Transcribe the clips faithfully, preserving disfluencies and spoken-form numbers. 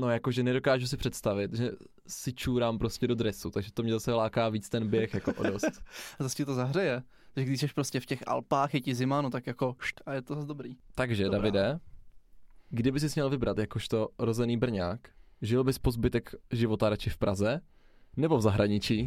No jakože nedokážu si představit, že si čůrám prostě do dresu, takže to mě zase láká víc ten běh jako o dost. A zase ti to zahřeje. Takže když jsi prostě v těch Alpách, je ti zima, no tak jako št, a je to zase dobrý. Takže Dobrá. Davide, kdyby jsi měl vybrat jakožto rozený Brňák, žil bys po zbytek života radši v Praze nebo v zahraničí?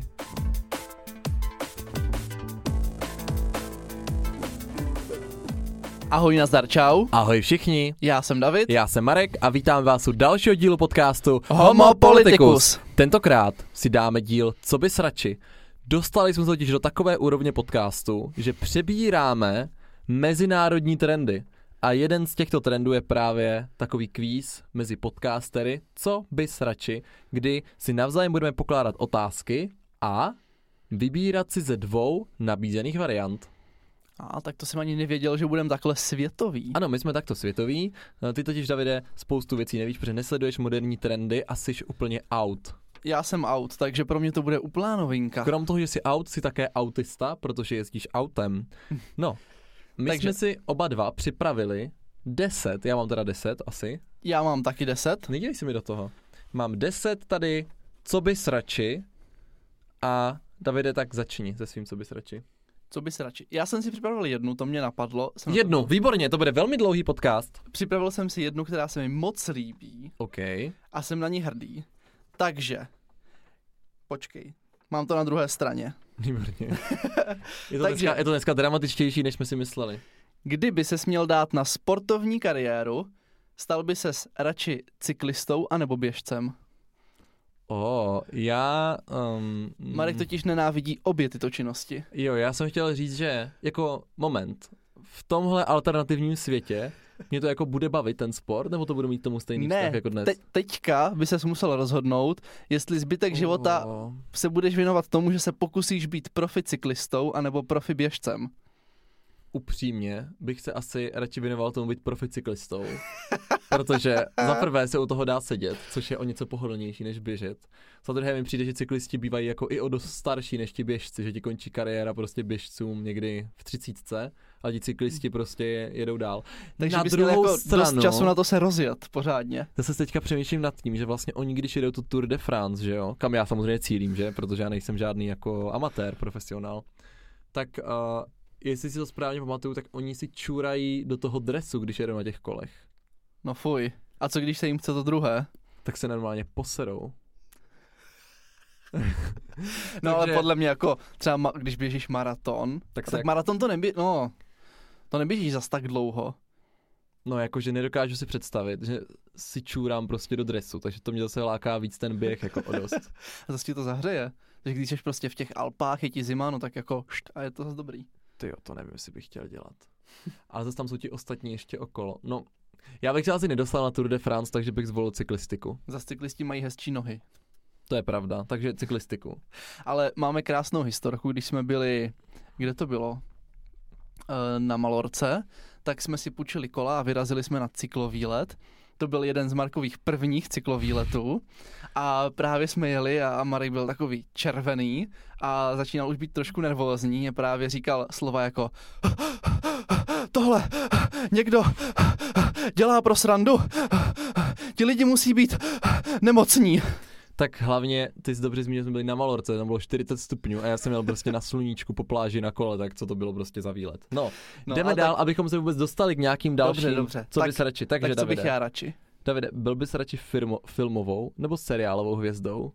Ahoj, nazdar, čau. Ahoj všichni, Já jsem David. já jsem Marek a vítám vás u dalšího dílu podcastu Homo Politicus. Tentokrát si dáme díl Co bys radši. Dostali jsme se totiž do takové úrovně podcastu, že přebíráme mezinárodní trendy. A jeden z těchto trendů je právě takový kvíz mezi podcastery Co bys radši, kdy si navzájem budeme pokládat otázky a vybírat si ze dvou nabízených variant. A tak to jsem ani nevěděl, že budeme takhle světový. Ano, my jsme takto světoví. Ty totiž, Davide, spoustu věcí nevíš, protože nesleduješ moderní trendy a jsi úplně out. Já jsem out, takže pro mě to bude úplná novinka. Krom toho, že jsi out, jsi také autista, protože jezdíš autem. No, my Takže- jsme si oba dva připravili deset, já mám teda deset asi. Já mám taky deset. Nedívej si mi do toho. Mám deset tady, co bys radši. A Davide, tak začni se svým, co bys radši. Co bys radši? Já jsem si připravil jednu, to mě napadlo. Jsem na Jednu, výborně, to bude velmi dlouhý podcast. To... Připravil jsem si jednu, která se mi moc líbí OK. a jsem na ní hrdý. Takže, počkej, mám to na druhé straně. Výborně. Je to, Takže- dneska, je to dneska dramatičtější, než jsme si mysleli. Kdyby ses měl dát na sportovní kariéru, stal by ses radši cyklistou anebo běžcem? O, já... Um, Marek totiž nenávidí obě tyto činnosti. Jo, já jsem chtěl říct, že jako moment, v tomhle alternativním světě mě to jako bude bavit ten sport, nebo to budu mít tomu stejný Ne, vztah jako dnes? te- teďka by ses musel rozhodnout, jestli zbytek života O, se budeš věnovat tomu, že se pokusíš být profi cyklistou anebo profi běžcem. upřímně bych se asi radši věnoval tomu být profi cyklistou, protože za prvé se u toho dá sedět, což je o něco pohodlnější než běžet. Za druhé mi přijde, že cyklisti bývají jako i o dost starší než ti běžci, že ti končí kariéra prostě běžcům někdy v třicítce, a ti cyklisti prostě jedou dál. Takže Na bys měl druhou jako stranu, dost času na to se rozjet pořádně. zase teďka přemýšlím nad tím, že vlastně oni, když jedou tu Tour de France, že jo, kam já samozřejmě cílím, že, protože já nejsem žádný jako amatér, profesionál, tak uh, jestli si to správně pamatuju, tak oni si čůrají do toho dresu, když jedou na těch kolech. No fuj. A co když se jim chce to druhé? Tak se normálně poserou. No ale Takže- podle mě jako třeba ma- když běžíš maraton, Tak tak, se tak jak- maraton to nebě... no, to neběžíš zas tak dlouho. No jakože nedokážu si představit, že si čůrám prostě do dresu, takže to mě zase láká víc ten běh jako o dost. A zase ti to zahřeje. Takže když jsi prostě v těch Alpách, je ti zima, no tak jako št, a je to zase dobrý. Ty jo, to nevím, jestli bych chtěl dělat. Ale zase tam jsou ti ostatní ještě okolo. No, já bych se asi nedostal na Tour de France, takže bych zvolil cyklistiku. Zase cyklisti mají hezčí nohy. To je pravda, takže cyklistiku. Ale máme krásnou historku, když jsme byli, kde to bylo? E, na Malorce, tak jsme si půjčili kola a vyrazili jsme na cyklovýlet. To byl jeden z Markových prvních cyklovýletů a právě jsme jeli a Marek byl takový červený a začínal už být trošku nervózní a právě říkal slova jako tohle někdo dělá pro srandu, ti lidi musí být nemocní. Tak hlavně, ty jsi dobře zmínil, že jsme byli na Malorce, tam bylo čtyřicet stupňů a já jsem měl prostě na sluníčku po pláži na kole, tak co to bylo prostě za výlet. No, No, jdeme ale dál, tak- abychom se vůbec dostali k nějakým dalším, Dobře, dobře. co Tak- bys radši. Takže Tak co bych Davide, já radši? Davide, byl bys radši firmo, filmovou nebo seriálovou hvězdou?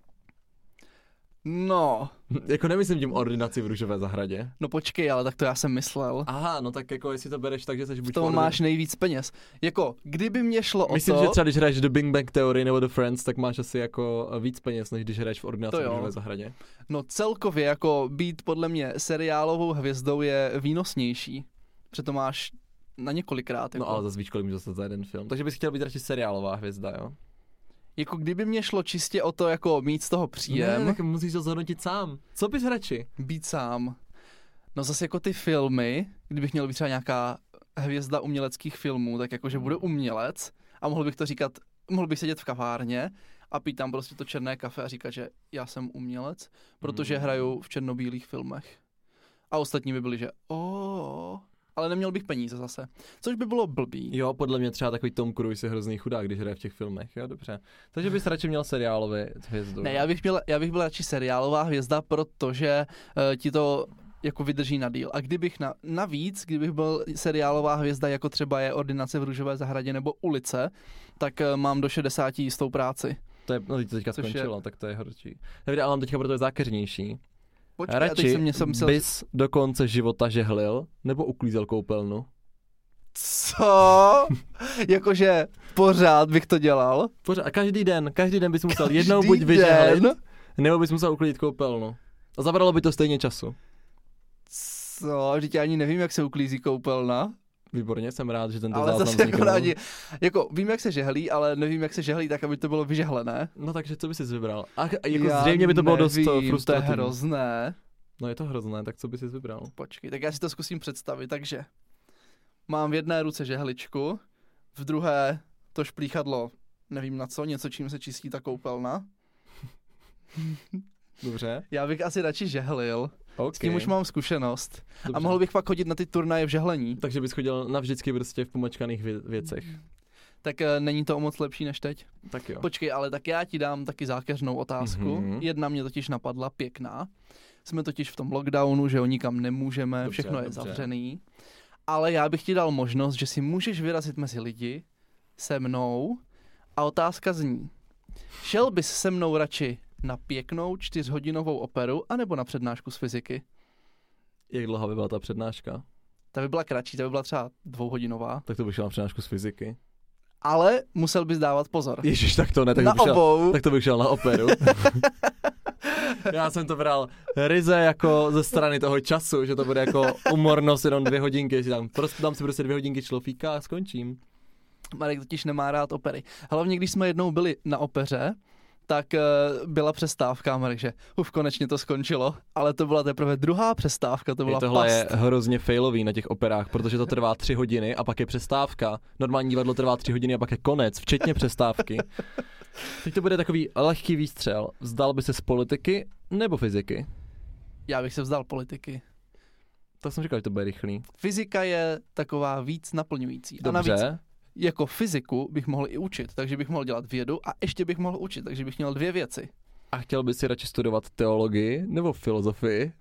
No, Jako nemyslím tím ordinaci v Růžové zahradě. no počkej, ale tak to já jsem myslel. Aha, no tak jako jestli to bereš tak, že jsi V buď tom v máš nejvíc peněz. Jako, kdyby mě šlo o Myslím, to... že třeba když hraješ do Big Bang Theory nebo do Friends, tak máš asi jako víc peněz, než když hraješ v ordinaci To v jo. Růžové zahradě. No celkově, jako být podle mě seriálovou hvězdou je výnosnější. Protože to máš na několikrát. Jako. No ale zase víš, kolik můžeš dostat za jeden film. Takže bys chtěl být radši seriálová hvězda, jo? Jako kdyby mě šlo čistě o to, jako mít z toho příjem, Ne, tak musíš to zhodnotit sám. Co bys radši? být sám. No zase jako ty filmy, kdybych měl být třeba nějaká hvězda uměleckých filmů, tak jakože budu umělec a mohl bych to říkat, mohl bych sedět v kavárně a pít tam prostě to černé kafe a říkat, že já jsem umělec, protože Hmm. hraju v černobílých filmech. A ostatní by byli, že o, Ale neměl bych peníze zase, což by bylo blbý. Jo, podle mě třeba takový Tom Cruise je hrozný chudák, když hraje v těch filmech, jo, dobře. Takže bys radši měl seriálový hvězdu. Ne, já bych, měl, já bych byl radši seriálová hvězda, protože uh, ti to jako vydrží na díl. A kdybych na, navíc, kdybych byl seriálová hvězda, jako třeba je Ordinace v Růžové zahradě nebo Ulice, tak uh, mám do šedesáti jistou práci. To je, no to teďka Což skončilo, je... tak to je horší. Nevím, ale mám teďka proto je zákeřnější. Počkej, radši jsem, jsem myslel, bys do konce života žehlil, nebo uklízel koupelnu? Co? Jakože pořád bych to dělal? Pořád, a každý den, každý den bys musel Každý jednou buď den? vyžehlit, nebo bys musel uklidit koupelnu. A zabralo by to stejně času. Co? Vždyť já ani nevím, jak se uklízí koupelna. Výborně, jsem rád, že tento ale záznam zase jako, vznikl. rádi, jako vím, jak se žehlí, ale nevím, jak se žehlí tak, aby to bylo vyžehlené. No takže co bys si vybral? A jako Já zřejmě by to bylo dost nevím, frustrativní. To je hrozné. No je to hrozné, tak co bys si vybral? Počkej, tak já si to zkusím představit. Takže mám v jedné ruce žehličku, v druhé to šplíchadlo, nevím na co, něco, čím se čistí ta koupelna. Dobře. Já bych asi radši žehlil. Okay. S tím už mám zkušenost. Dobře. A mohl bych pak chodit na ty turnaje v žehlení. Takže bys chodil navždycky prostě v pomačkaných vě- věcech. Tak uh, není to o moc lepší než teď? Tak jo. Počkej, ale tak já ti dám taky zákeřnou otázku. Mm-hmm. Jedna mě totiž napadla, pěkná. Jsme totiž v tom lockdownu, že ho nikam nemůžeme, Dobře, všechno je dobře. zavřený. Ale já bych ti dal možnost, že si můžeš vyrazit mezi lidi se mnou a otázka zní. Šel bys se mnou radši na pěknou čtyřhodinovou operu anebo na přednášku z fyziky? Jak dlouhá by byla ta přednáška? Ta by byla kratší, ta by byla třeba dvouhodinová. Tak to bych šel na přednášku z fyziky. Ale musel bys dávat pozor. Ježiš, tak to ne, tak, na bych šel, obou. tak to bych šel na operu. Já jsem to bral ryze jako ze strany toho času, že to bude jako umornost jenom dvě hodinky, že tam prostě dám si prostě dvě hodinky človíka a skončím. Marek totiž nemá rád opery. Hlavně, když jsme jednou byli na opeře, tak uh, byla přestávka, Marek, že uf, konečně to skončilo, ale to byla teprve druhá přestávka, to byla Je tohle past. je hrozně failový na těch operách, protože to trvá tři hodiny a pak je přestávka. Normální divadlo trvá tři hodiny a pak je konec, včetně přestávky. Teď to bude takový lehký výstřel. Vzdal by se z politiky nebo fyziky? Já bych se vzdal politiky. Tak jsem říkal, že to bude rychlý. Fyzika je taková víc naplňující. Dobře. A navíc jako fyziku bych mohl i učit, takže bych mohl dělat vědu a ještě bych mohl učit, takže bych měl dvě věci. A chtěl by si radši studovat teologii nebo filozofii?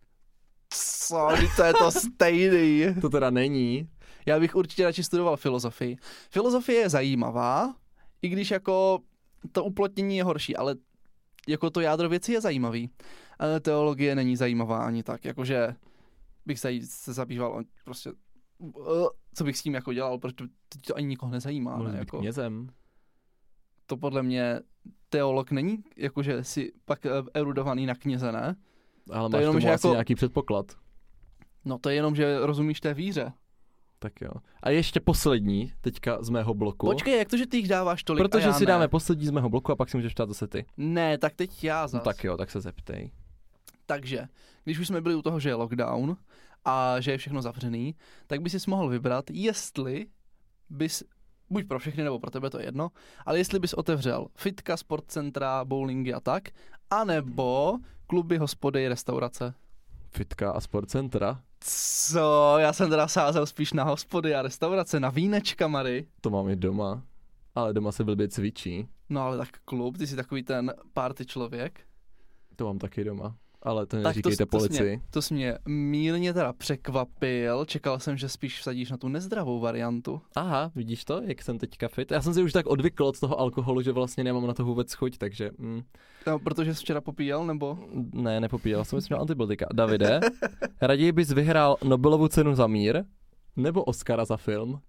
Co? To je to stejný. To teda není. Já bych určitě radši studoval filozofii. Filozofie je zajímavá, i když jako to uplatnění je horší, ale jako to jádro věci je zajímavý. Ale teologie není zajímavá ani tak, jakože bych se, se zabýval prostě, uh, co bych s tím jako dělal, protože to ani nikoho nezajímá. Mohl Ne? být Jako, knězem. to podle mě teolog není, jakože si pak uh, erudovaný na kněze, ne? Ale To máš jenom, tomu že asi jako- nějaký předpoklad. No to je jenom, že rozumíš té víře. Tak jo. A ještě poslední, teďka z mého bloku. Počkej, jak to, že ty jich dáváš tolik Protože a já si ne? dáme poslední z mého bloku a pak si můžeš ptát zase ty. Ne, tak teď já zas. No tak jo, tak se zeptej. Takže, když už jsme byli u toho, že je lockdown a že je všechno zavřený, tak by si mohl vybrat, jestli bys, buď pro všechny nebo pro tebe, to je jedno, ale jestli bys otevřel fitka, sportcentra, bowlingy a tak, anebo kluby, hospody, restaurace. Fitka a sportcentra. Co? Já jsem teda sázel spíš na hospody a restaurace, na vínečka, Mary. To mám i doma. Ale doma se blbě cvičí. No ale tak klub, ty jsi takový ten party člověk. To mám taky doma. Ale to Tak neříkejte to, to, jsi policii. mě, to jsi mě mírně teda překvapil, čekal jsem, že spíš vsadíš na tu nezdravou variantu. Aha, vidíš to, jak jsem teďka fit? Já jsem si už tak odvykl od toho alkoholu, že vlastně nemám na to vůbec chuť, takže... Mm, No, protože jsi včera popíjel, nebo? ne, nepopíjel jsem, jsem měl antibiotika. Davide, raději bys vyhrál Nobelovu cenu za mír nebo Oscara za film?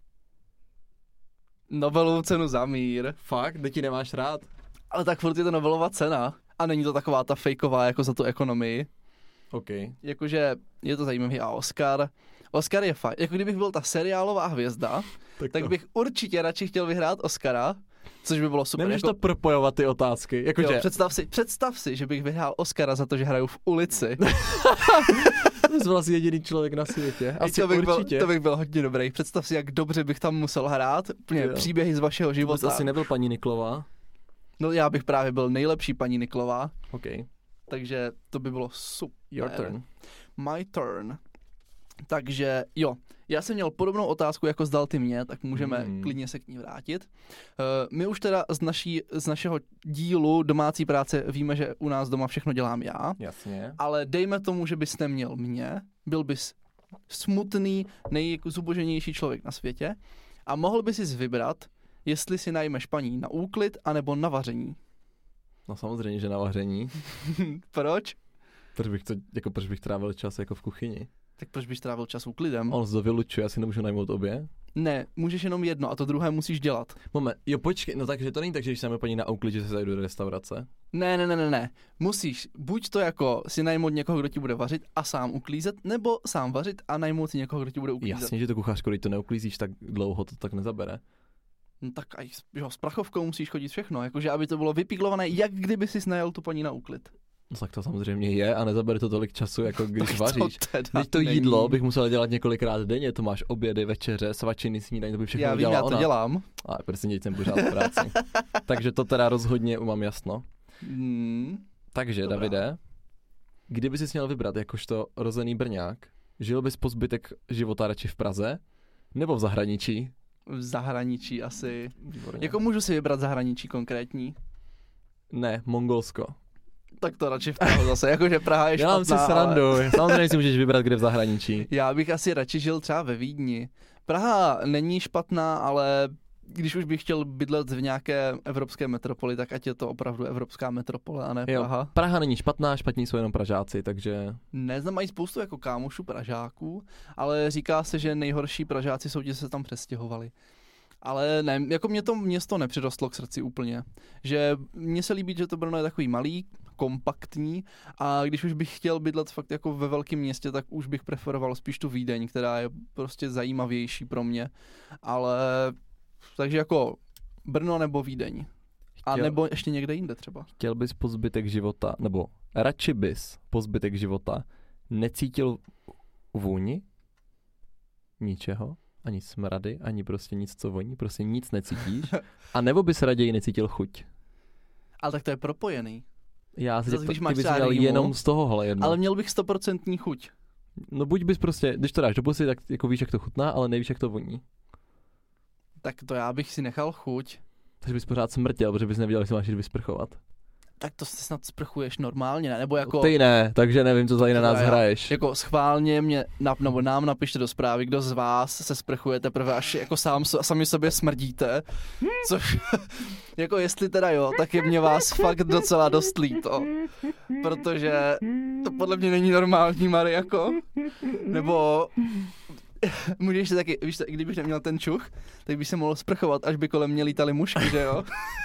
Nobelovu cenu za mír. Fakt? Kde ti nemáš rád? Ale tak furt je to Nobelova cena. A není to taková ta fejková jako za tu ekonomii. OK. Jakože je to zajímavý. A Oscar? Oscar je fajn. Jako kdybych byl ta seriálová hvězda, Tak, tak to. bych určitě radši chtěl vyhrát Oscara, což by bylo super. Nemůžeš jako, to propojovat ty otázky. Jakože... jo, představ, si, představ si, že bych vyhrál Oscara za to, že hraju v ulici. To jsi vlastně jediný člověk na světě. Asi to, bych byl, určitě. to bych byl hodně dobrý. Představ si, jak dobře bych tam musel hrát. Úplně Jo. příběhy z vašeho Vůbec života. asi nebyl paní Niklová. No já bych právě byl nejlepší paní Niklová. OK. Takže to by bylo super. Your turn. My turn. Takže jo, Já jsem měl podobnou otázku, jako zdal ty mě, tak můžeme Hmm. klidně se k ní vrátit. Uh, my už teda z, naší, z našeho dílu domácí práce víme, že u nás doma všechno dělám já, Jasně. ale dejme tomu, že bys neměl mě, byl bys smutný, nejzuboženější člověk na světě a mohl bys si vybrat, jestli si najmeš paní na úklid anebo na vaření. No samozřejmě, že na vaření. Proč? Proč bych, to, jako, proč bych trávil čas jako v kuchyni? Tak proč bys trávil čas úklidem? On se to vylučuje, já si nemůžu najmout obě. Ne, můžeš jenom jedno a to druhé musíš dělat. Moment, jo počkej, no takže to není tak, že když se paní na úklid, že se zajdu do restaurace. Ne, ne, ne, ne, ne. Musíš buď to jako si najmout někoho, kdo ti bude vařit a sám uklízet, nebo sám vařit a najmout si někoho, kdo ti bude uklízet. Jasně, že to kuchařko, když to neuklízíš, tak dlouho to tak nezabere. No tak aj, jo, s prachovkou musíš chodit všechno, jakože aby to bylo vypiklované, jak kdyby si najel tu paní na úklid. No tak to samozřejmě je a nezabere to tolik času, jako když Tak vaříš. to teda Teď to není. jídlo bych musel dělat několikrát denně, to máš obědy, večeře, svačiny, snídaně, to by všechno Já vím, dělala já to ona. dělám. Ale prostě děti jsem pořád v práci. Takže to teda rozhodně mám jasno. Hmm. Takže Dobrá. Davide, kdyby jsi měl vybrat jakožto rozený Brňák, žil bys po zbytek života radši v Praze nebo v zahraničí? V zahraničí asi. Výborně. Jako můžu si vybrat zahraničí konkrétní? Ne, Mongolsko. Tak to radši v Prahu zase, jakože Praha je Dělám si špatná, srandu, ale samozřejmě si můžeš vybrat, kde v zahraničí. já bych asi radši žil třeba ve Vídni. Praha není špatná, ale když už bych chtěl bydlet v nějaké evropské metropoli, tak ať je to opravdu evropská metropole a ne Jo, Praha. Praha není špatná, špatní jsou jenom Pražáci, takže Neznám, mají spoustu jako kámošů Pražáků, ale říká se, že nejhorší Pražáci jsou ti, že se tam přestěhovali. Ale ne, jako mě to město nepřirostlo k srdci úplně. Že mně se líbí, že to Brno je takový malý, kompaktní a když už bych chtěl bydlet fakt jako ve velkém městě, tak už bych preferoval spíš tu Vídeň, která je prostě zajímavější pro mě. Ale takže jako Brno nebo Vídeň. A Chtěl- nebo ještě někde jinde třeba. chtěl bys po zbytek života, nebo radši bys po zbytek života necítil vůni ničeho, ani smrady, ani prostě nic, co voní, prostě nic necítíš, a nebo bys raději necítil chuť. Ale tak to je propojený. Já si Zase, tě, když ty máš bys třeba měl rýmu, jenom z tohohle jedno. Ale měl bych stoprocentní chuť. No buď bys prostě, když to dáš do pusy, tak jako víš, jak to chutná, ale nevíš, jak to voní. Tak to já bych si nechal chuť. Takže bys pořád smrtěl, protože bys nevěděl, jestli máš jít vysprchovat. Tak to se snad sprchuješ normálně, ne? Nebo jako, Ty ne, takže nevím, co tady na nás Já- hraješ. jako schválně mě, na, nebo nám napište do zprávy, kdo z vás se sprchuje teprve až jako sám, so- sami sobě smrdíte. Což, jako jestli teda jo, tak je mě vás fakt docela dost líto. Protože to podle mě není normální, Mary, jako. Nebo můžeš si taky, víš, i kdybych neměl ten čuch, tak bych se mohl sprchovat, až by kolem mě lítaly mušky, že jo?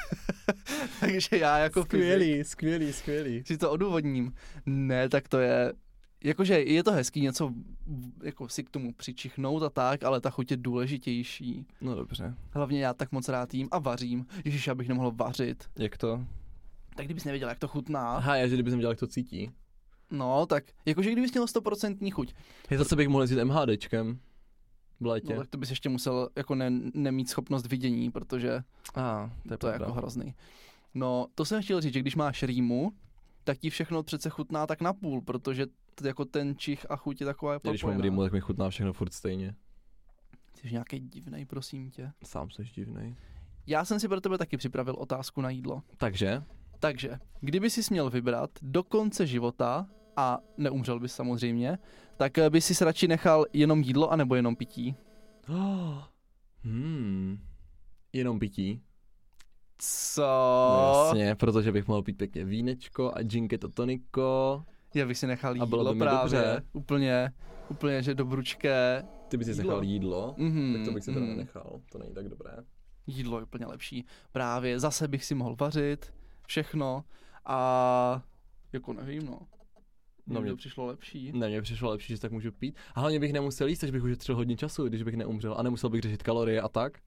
Takže já jako fyzik skvělý, skvělý. si to odůvodním. Ne, tak to je, jakože je to hezký něco jako si k tomu přičichnout a tak, ale ta chuť je důležitější. No dobře. Hlavně já tak moc rád jím a vařím. Ježiš, já bych nemohl vařit. Jak to? Tak kdybys nevěděl, jak to chutná, Aha, já, že kdybych dělal, jak to cítí. no tak, jakože kdybys měl stoprocentní chuť, Já zase bych mohl jezdit MHDčkem v létě. no, tak to bys ještě musel jako ne, nemít schopnost vidění, protože A, to je, to je pravda. jako hrozný. No, to jsem chtěl říct, že když máš rýmu, tak ti všechno přece chutná tak napůl, protože t- jako ten čich a chuť je taková Já, když mám propojená. rýmu, tak mi chutná všechno furt stejně. Jsi nějaký divnej, prosím tě. Sám jsi divnej. Já jsem si pro tebe taky připravil otázku na jídlo. Takže? Takže, kdyby si směl vybrat do konce života, a neumřel bys samozřejmě, tak eh, by si radši nechal jenom jídlo anebo jenom pití? Oh. Hmm. Jenom pití. Co? No jasně, protože bych mohl pít pěkně vínečko a gin to toniko. Já bych si nechal A jídlo bylo by mi právě. dobře. Úplně, úplně, že dobručké. Ty bys si Jídlo. nechal jídlo, Mhm, tak to bych si teda mhm. nenechal. To není tak dobré. Jídlo je úplně lepší. Právě, zase bych si mohl vařit, všechno a jako nevím, no. No No mě- mě přišlo lepší. Ne, mně přišlo lepší, že tak můžu pít. A hlavně bych nemusel jíst, takže bych ušetřil hodně času, když bych neumřel. A nemusel bych řešit kalorie a tak.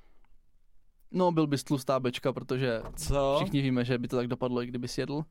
No, byl bys tlustá bečka, protože Co? všichni víme, že by to tak dopadlo, i kdyby jedl.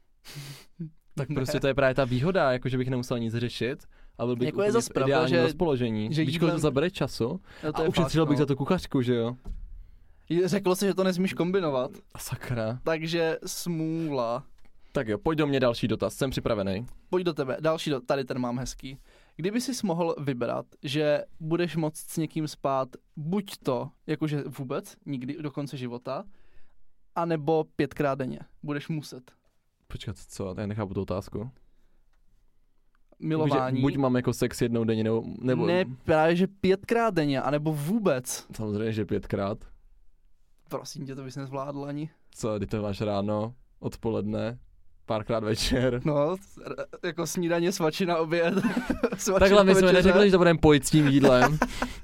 Tak prostě to je právě ta výhoda, jako že bych nemusel nic řešit. A byl bych Jako je úplně zas v pravda, ideálním že- rozpoložení. že Víš, kolik to jídlem- zabere času? No, to A je ušetřil fakt, bych no. za tu kuchařku, že jo? Řeklo se, že to nesmíš kombinovat, A sakra. takže smůla. Tak jo, pojď do mě další dotaz, jsem připravený. Pojď do tebe, další do, tady ten mám hezký. Kdyby jsi mohl vybrat, že budeš moct s někým spát buď to, jakože vůbec, nikdy do konce života, anebo pětkrát denně. Budeš muset. Počkat, co? Já nechápu tu otázku. Milování. Buď, buď mám jako sex jednou denně, nebo... nebo... Ne, právě, že pětkrát denně, anebo vůbec. Samozřejmě, že pětkrát. Prosím tě, to bys nezvládl ani. Co, kdy to máš ráno, odpoledne, párkrát večer. No, jako snídaně, svačina, oběd. Svačina, Takhle my jsme večeře. neřekli, že to budeme pojít s tím jídlem.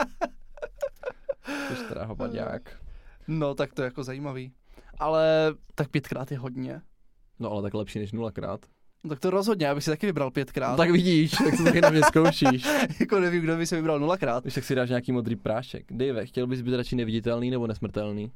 Což teda hopadák. No, tak to je jako zajímavý. Ale tak pětkrát je hodně. No ale tak lepší než nulakrát. No, tak to rozhodně, já bych si taky vybral pětkrát. No, tak vidíš, tak to taky na mě zkoušíš. Jako nevím, kdo by si vybral nulakrát. Když tak si dáš nějaký modrý prášek. Dave, chtěl bys být radši neviditelný nebo nesmrtelný?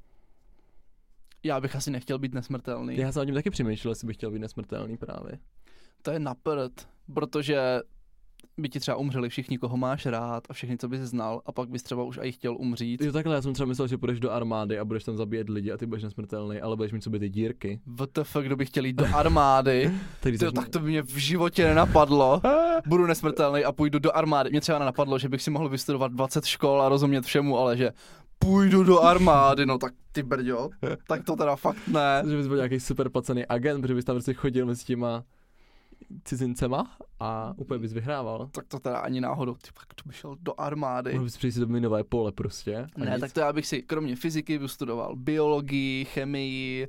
Já bych asi nechtěl být nesmrtelný. Já jsem o tím taky přemýšlel, jestli bych chtěl být nesmrtelný právě. To je na prd, protože by ti třeba umřeli všichni, koho máš rád a všechny, co bys znal, a pak bys třeba už i chtěl umřít. Jo takhle, já jsem třeba myslel, že půjdeš do armády a budeš tam zabíjet lidi a ty budeš nesmrtelný, ale budeš mít sobě ty dírky. W T F, kdo by chtěl jít do armády, Ty, Tyjo, tak to by mě v životě nenapadlo. Budu nesmrtelný a půjdu do armády. Mě třeba nenapadlo, že bych si mohl vystudovat dvacet škol a rozumět všemu, ale že půjdu do armády, no tak ty brďo, tak to teda fakt ne. Že bys byl nějaký super placený agent, protože bys tam prostě chodil mezi těma cizincema a úplně bys vyhrával. Tak to teda ani náhodou, ty pak to by šel do armády. Mohl bys přijít do minové pole prostě. Ne, tak to já bych si kromě fyziky vystudoval biologii, chemii,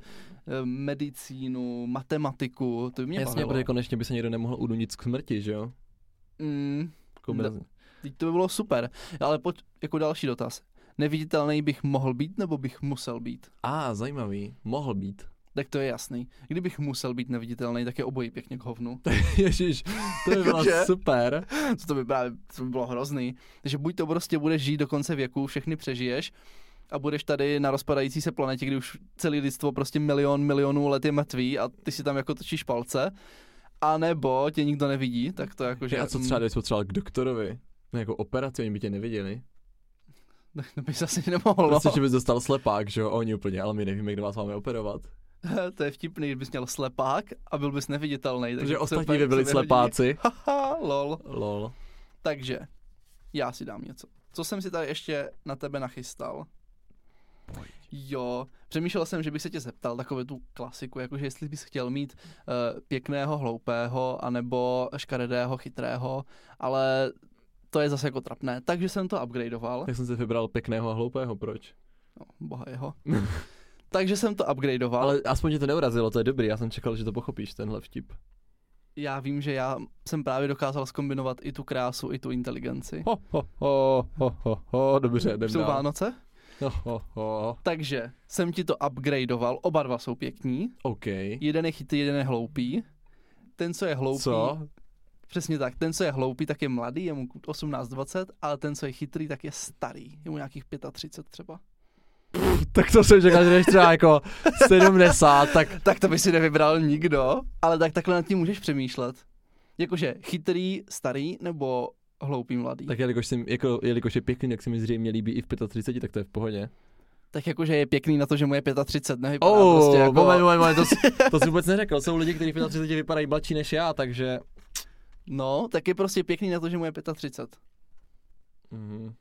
medicínu, matematiku, to by mě Jasně, bavilo. protože konečně by se někdo nemohl udunit k smrti, že jo? Mm, Kombinace. teď to by bylo super, ale pojď jako další dotaz. Neviditelný bych mohl být, nebo bych musel být? A, ah, zajímavý. Mohl být. Tak to je jasný. Kdybych musel být neviditelný, tak je obojí pěkně k hovnu. Ježiš, to by bylo Jakože? super. To by právě to by bylo hrozný. Takže buď to prostě budeš žít do konce věku, všechny přežiješ a budeš tady na rozpadající se planetě, kdy už celý lidstvo prostě milion, milionů let je mrtvý a ty si tam jako točíš palce, a nebo tě nikdo nevidí, tak to jako, že... A co třeba, kdybys potřeboval k doktorovi? No, jako operaci, oni by tě neviděli. To bys asi nemohl, Prostě, no. že bys dostal slepák, že jo? Oni úplně, ale my nevíme, kdo vás máme operovat. To je vtipný, kdybys měl slepák a byl bys neviditelný. Takže ostatní by byli slepáci. Haha, lol. Lol. Takže, já si dám něco. Co jsem si tady ještě na tebe nachystal? Pojď. Jo, přemýšlel jsem, že bych se tě zeptal takové tu klasiku, jakože jestli bys chtěl mít uh, pěkného, hloupého, anebo škaredého, chytrého, ale to je zase jako trapné, takže jsem to upgradeoval. Tak jsem si vybral pěkného a hloupého, proč? No, boha jeho. Takže jsem to upgradeoval. Ale aspoň tě to neurazilo, to je dobrý, já jsem čekal, že to pochopíš, tenhle vtip. Já vím, že já jsem právě dokázal zkombinovat i tu krásu, i tu inteligenci. Ho, ho, ho, ho, ho, ho, dobře, jdem Jsou dál. Vánoce? Ho, ho, ho. Takže jsem ti to upgradeoval, oba dva jsou pěkní. OK. Jeden je chytrý, jeden je hloupý. Ten, co je hloupý... Co? Přesně tak, ten, co je hloupý, tak je mladý, je mu osmnáct dvacet, ale ten, co je chytrý, tak je starý. Je mu nějakých třicet pět třeba. Tak to jsem čekal, že jdeš třeba jako sedmdesát, tak... Tak to by si nevybral nikdo, ale tak takhle nad tím můžeš přemýšlet. Jakože chytrý, starý, nebo hloupý mladý. Tak jelikož, jsem, jako, jelikož je pěkný, tak se mi zřejmě líbí i v třicet pěti, tak to je v pohodě. Tak jakože je pěkný na to, že mu je třicet pět, nevypadá Oh, prostě jako... moment, moment, moment, to, to jsi vůbec neřekl. Jsou lidi, kteří v třiceti pěti vypadají mladší než já, takže... No, tak je prostě pěkný na to, že mu je třicet pět. Mhm.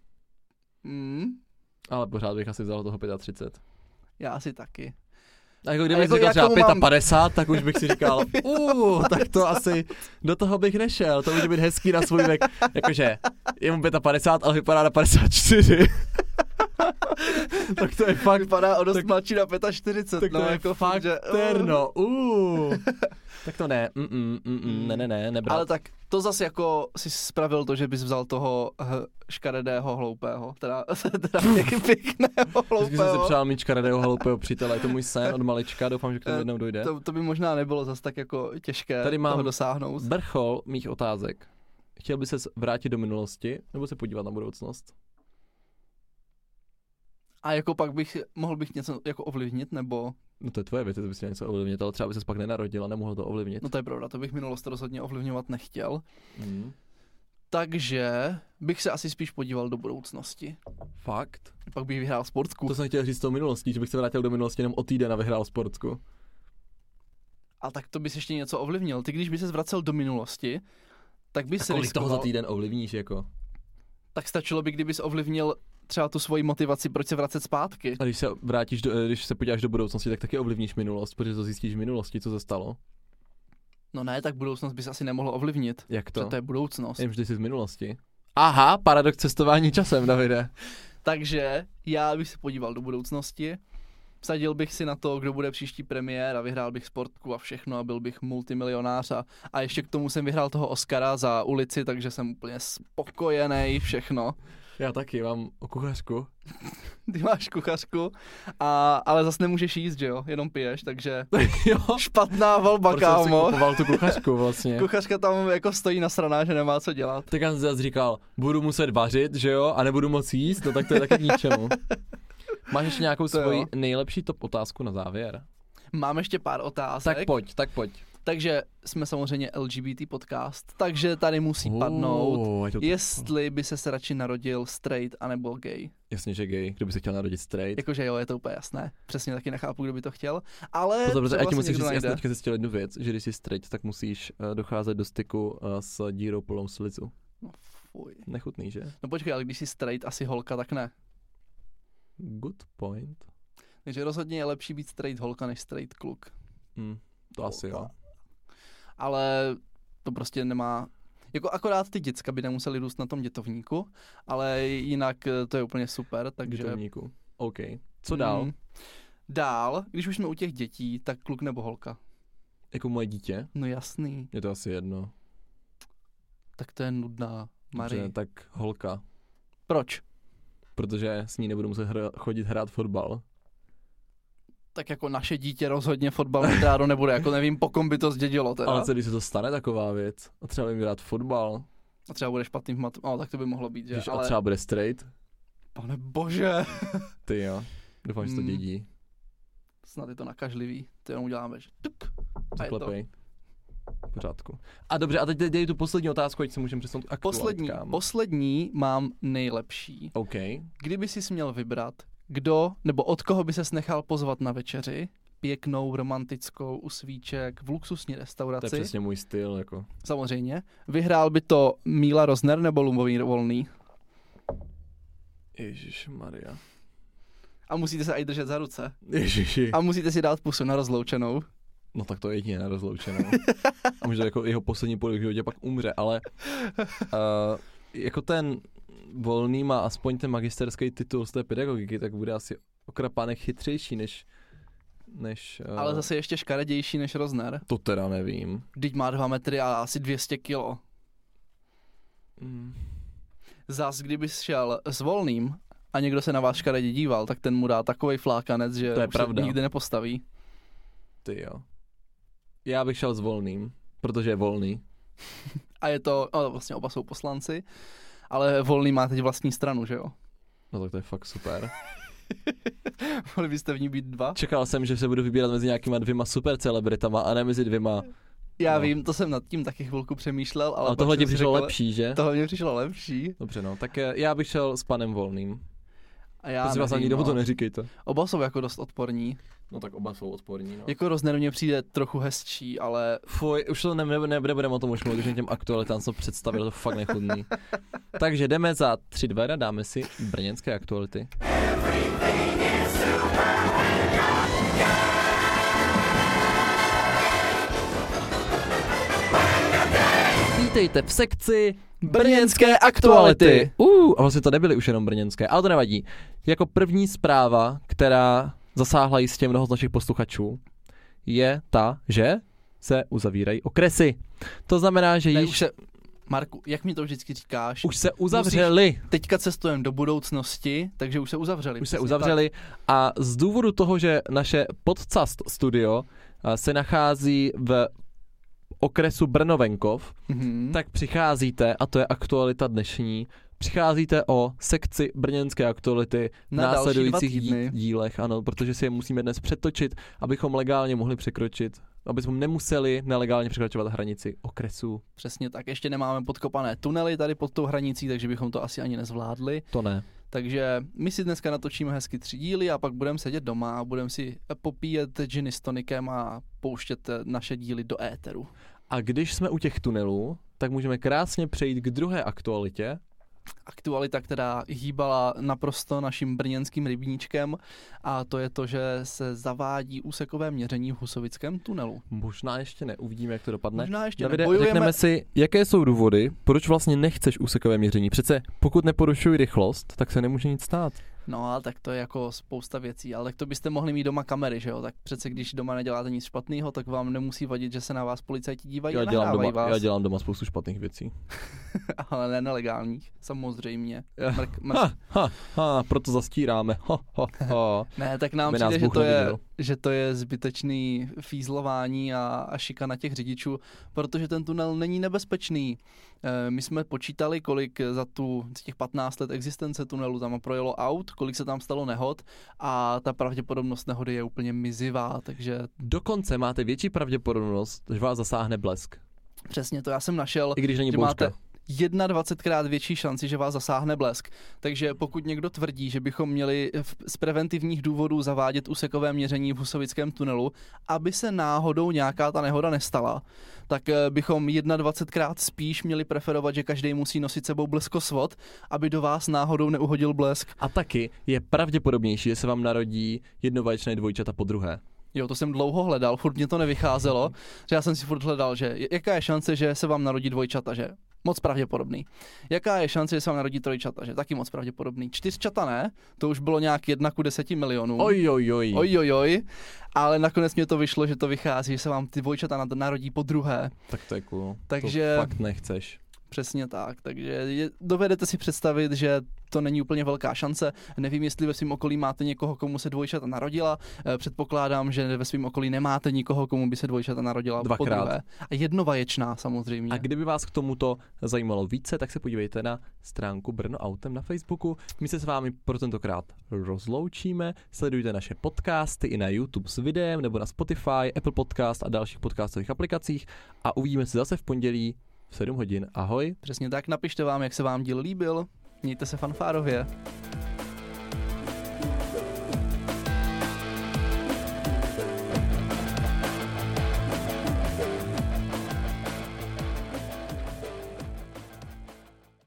Mm, Ale pořád bych asi vzal toho třicet pět. já asi taky. A jako kdybych jako jako, já říkal k tomu třeba mám- padesát pět, tak už bych si říkal, uh, tak to asi, do toho bych nešel, to může být hezký na svůj věk. Jakože, je mu padesát pět, ale vypadá na padesát čtyři. Tak to je fakt, Vypadá o dost tak- mladší na čtyřicet pět, tak to no je jako fakt že, terno, uh. Tak to ne, mm, mm, mm, mm, ne, ne, ne, nebrat. Ale tak to zase jako si spravil to, že bys vzal toho h, škaredého hloupého, teda, teda pěk, pěkného Vždycky jsem si hloupého. přál mít škaredého hloupého přítele, je to můj sen od malička, doufám, že k tomu Eh, jednou dojde. To, to by možná nebylo zase tak jako těžké Tady mám toho dosáhnout. Vrchol mých otázek. Chtěl by ses vrátit do minulosti, nebo se podívat na budoucnost? A jako pak bych, mohl bych něco jako ovlivnit, nebo, No to je tvoje věc, to bys měl něco ovlivnit, ale třeba by ses pak nenarodil a nemohl to ovlivnit. no to je pravda, to bych minulost rozhodně ovlivňovat nechtěl. Mm. Takže bych se asi spíš podíval do budoucnosti. Fakt? Pak bych vyhrál sportsku. To jsem chtěl říct s tou minulostí, že bych se vrátil do minulosti jenom o týden a vyhrál sportsku. A tak to bys ještě něco ovlivnil. Ty když by se vracel do minulosti, tak bys A kolik riskoval, toho za týden ovlivníš, jako? tak stačilo by, kdybys ovlivnil třeba tu svoji motivaci, proč se vracet zpátky. A když se vrátíš, do, když se podíváš do budoucnosti, tak taky ovlivníš minulost, protože to zjistíš v minulosti, co se stalo. No ne, tak budoucnost bys asi nemohl ovlivnit. Jak to? To je budoucnost. Jen vždy jsi z minulosti. Aha, paradox cestování časem, Davide. Takže já bych se podíval do budoucnosti, vsadil bych si na to, kdo bude příští premiér a vyhrál bych sportku a všechno a byl bych multimilionář a, a ještě k tomu jsem vyhrál toho Oscara za Ulici, takže jsem úplně spokojený, všechno. Já taky, mám kuchařku. Ty máš kuchařku, a, ale zas nemůžeš jíst, že jo, jenom piješ, takže Jo. špatná volba, Proč jsem si kámo. kupoval tu kuchařku vlastně? Kuchařka tam jako stojí nasraná, že nemá co dělat. Tak já jsem zase říkal, budu muset vařit, že jo, a nebudu moc jíst, no tak to je taky k ničemu. Máš ještě nějakou To svoji jo. nejlepší top otázku na závěr? Mám ještě pár otázek. Tak pojď, tak pojď. Takže jsme samozřejmě L G B T podcast, takže tady musí padnout, Oh, je to- jestli by se radši narodil straight anebo gay. Jasně, že gay, kdo by se chtěl narodit straight. Jakože jo, je to úplně jasné. Přesně taky nechápu, kdo by to chtěl, ale Pozor, protože já třeba ti si musím někdo říct, já jsem najde. teďka zjistil jednu věc, že když jsi straight, tak musíš uh, docházet do styku uh, s dírou plnou slizu. No fuj. Nechutný, že? No počkej, ale když jsi straight, asi holka, tak ne. Good point. Takže rozhodně je lepší být straight holka než straight kluk. Hm, to asi jo. Ale to prostě nemá... Jako akorát ty děcka by nemuseli růst na tom dětovníku, ale jinak eh, to je úplně super, takže... Dětovníku. OK. Co dál? Mm. Dál, když už jsme u těch dětí, tak kluk nebo holka? Jako moje dítě? No jasný, Je to asi jedno. tak to je nudná. Marie. Dobře, tak holka. Proč? Protože s ní nebudu muset hra, chodit hrát fotbal. Tak jako naše dítě rozhodně fotbal mít rádo nebude, jako nevím, po kom by to zdědilo teda. Ale co když se to stane taková věc? A třeba jim hrát fotbal. A třeba bude špatný v mat... No, tak to by mohlo být, že? Když Ale... a třeba bude straight. Pane bože. Ty jo. Doufám, že to Mm. dědí. Snad je to nakažlivý. To jenom uděláme, že tuk. A je to. Zaklepej. V pořádku. A dobře, a teď dej tu poslední otázku, ať se můžeme přesunout k Poslední, aktualitkám. poslední mám nejlepší. OK. Kdyby si měl vybrat, kdo nebo od koho by ses nechal pozvat na večeři, pěknou, romantickou, u svíček, v luxusní To je restauraci, přesně můj styl, jako. samozřejmě, vyhrál by to Míla Rozner nebo Lubomír Volný? Ježišmarja. A musíte se i držet za ruce. Ježiši. A musíte si dát pusu na rozloučenou. No tak to je jedině na rozloučenou. A možná jako jeho poslední podíl v životě pak umře, ale uh, jako ten Volný má aspoň ten magisterský titul z té pedagogiky, tak bude asi okrapánek chytřejší než... než uh, Ale zase ještě škaredější než Rozner. To teda nevím. Vždyť má dva metry a asi dvě stě kilo. Mm. Zas, kdybys šel s Volným a někdo se na vás škaredě díval, tak ten mu dá takovej flákanec, že To je už se pravda. nikdy nepostaví. Ty jo. Já bych šel s Volným, protože je volný. A je to, no vlastně oba jsou poslanci, ale Volný má teď vlastní stranu, že jo? No tak to je fakt super. Mohli byste v ní být dva? Čekal jsem, že se budu vybírat mezi nějakýma dvěma super celebritama a ne mezi dvěma. Já No. vím, to jsem nad tím taky chvilku přemýšlel, ale, Ale pak tohle jsem ti si přišlo řekl, lepší, že? Tohle mě přišlo lepší. Dobře no, tak eh, já bych šel s panem Volným. A já Prosím vás, ani nevím, dobu to no. neříkejte. Oba jsou jako dost odporní. No tak oba jsou odporní, no. Jako Rozner mě přijde trochu hezčí, ale Fuj, už to ne, ne, ne, nebudeme o tom už mluvit, že těm aktualitám co představil, to fakt nechutný. Takže jdeme za tři dveře, dáme si brněnské aktuality. Vítejte v sekci Brněnské aktuality. Uh, a vlastně to nebyly už jenom brněnské, ale to nevadí. Jako první zpráva, která zasáhla jistě mnoho z našich posluchačů, je ta, že se uzavírají okresy. To znamená, že ne, již už se, Marku, jak mi to vždycky říkáš, už se uzavřeli. teďka cestujeme do budoucnosti, takže už se uzavřeli. Už se přesně uzavřeli a z důvodu toho, že naše podcast studio a, se nachází v okresu Brno-Venkov, tak. Mhm. tak přicházíte, a to je aktualita dnešní, přicházíte o sekci brněnské aktuality v Na další dva následujících týdny. dí- dílech, ano, protože si je musíme dnes přetočit, abychom legálně mohli překročit, abychom nemuseli nelegálně překračovat hranici okresu. Přesně tak, ještě nemáme podkopané tunely tady pod tou hranicí, takže bychom to asi ani nezvládli. To ne. Takže my si dneska natočíme hezky tři díly a pak budeme sedět doma a budeme si popíjet džiny s tonikem a pouštět naše díly do éteru. A když jsme u těch tunelů, tak můžeme krásně přejít k druhé aktualitě. Aktualita, která hýbala naprosto naším brněnským rybníčkem, a to je to, že se zavádí úsekové měření v Husovickém tunelu. Možná ještě neuvidíme, jak to dopadne. Možná ještě Davide, nebojujeme. řekneme si, jaké jsou důvody, proč vlastně nechceš úsekové měření. Přece pokud neporušuji rychlost, tak se nemůže nic stát. No ale tak to je jako spousta věcí, ale tak to byste mohli mít doma kamery, že jo? Tak přece když doma neděláte nic špatného, tak vám nemusí vadit, že se na vás policajti dívají Já a dělám, nahrávají doma, vás. já dělám doma spoustu špatných věcí. Ale ne nelegálních, samozřejmě. Ja. Mrk, mrk. Ha, ha, ha, proto zastíráme. Ha, ha, ha. Ne, tak nám By nás přijde, že Bůh to, je, neviděl. že to je zbytečný fízlování a, a šikana těch řidičů, protože ten tunel není nebezpečný. E, my jsme počítali, kolik za tu z těch patnáct let existence tunelu tam projelo aut, kolik se tam stalo nehod, a ta pravděpodobnost nehody je úplně mizivá, takže Dokonce máte větší pravděpodobnost, že vás zasáhne blesk. přesně to já jsem našel, I když není že bouřka. máte dvacetkrát větší šanci, že vás zasáhne blesk. Takže pokud někdo tvrdí, že bychom měli v, z preventivních důvodů zavádět úsekové měření v Husovickém tunelu, aby se náhodou nějaká ta nehoda nestala, tak eh, bychom dvacetkrát spíš měli preferovat, že každý musí nosit sebou bleskosvod, aby do vás náhodou neuhodil blesk. A taky je pravděpodobnější, že se vám narodí jednovaječné dvojčata po druhé. Jo, to jsem dlouho hledal, furt mě to nevycházelo, že já jsem si furt hledal, že jaká je šance, že se vám narodí dvojčata, že moc pravděpodobný. Jaká je šance, že se vám narodí trojčata, že taky moc pravděpodobný. Čtyřčata ne, to už bylo nějak jedna ku deseti milionů. Oj, oj, oj. Oj, oj, oj. Ale nakonec mě to vyšlo, že to vychází, že se vám ty dvojčata narodí po druhé. Tak to je cool. Takže- To fakt nechceš. Přesně tak, takže je, dovedete si představit, že to není úplně velká šance. Nevím, jestli ve svém okolí máte někoho, komu se dvojčata narodila. E, předpokládám, že ve svém okolí nemáte nikoho, komu by se dvojčata narodila Dvakrát. podruhé. A jednovaječná samozřejmě. A kdyby vás k tomuto zajímalo více, tak se podívejte na stránku Brno Autem na Facebooku. My se s vámi pro tentokrát rozloučíme. Sledujte naše podcasty i na YouTube s videem nebo na Spotify, Apple Podcast a dalších podcastových aplikacích a uvidíme se zase v pondělí v sedm hodin. Ahoj. Přesně tak, napište vám, jak se vám díl líbil. Mějte se fanfárově.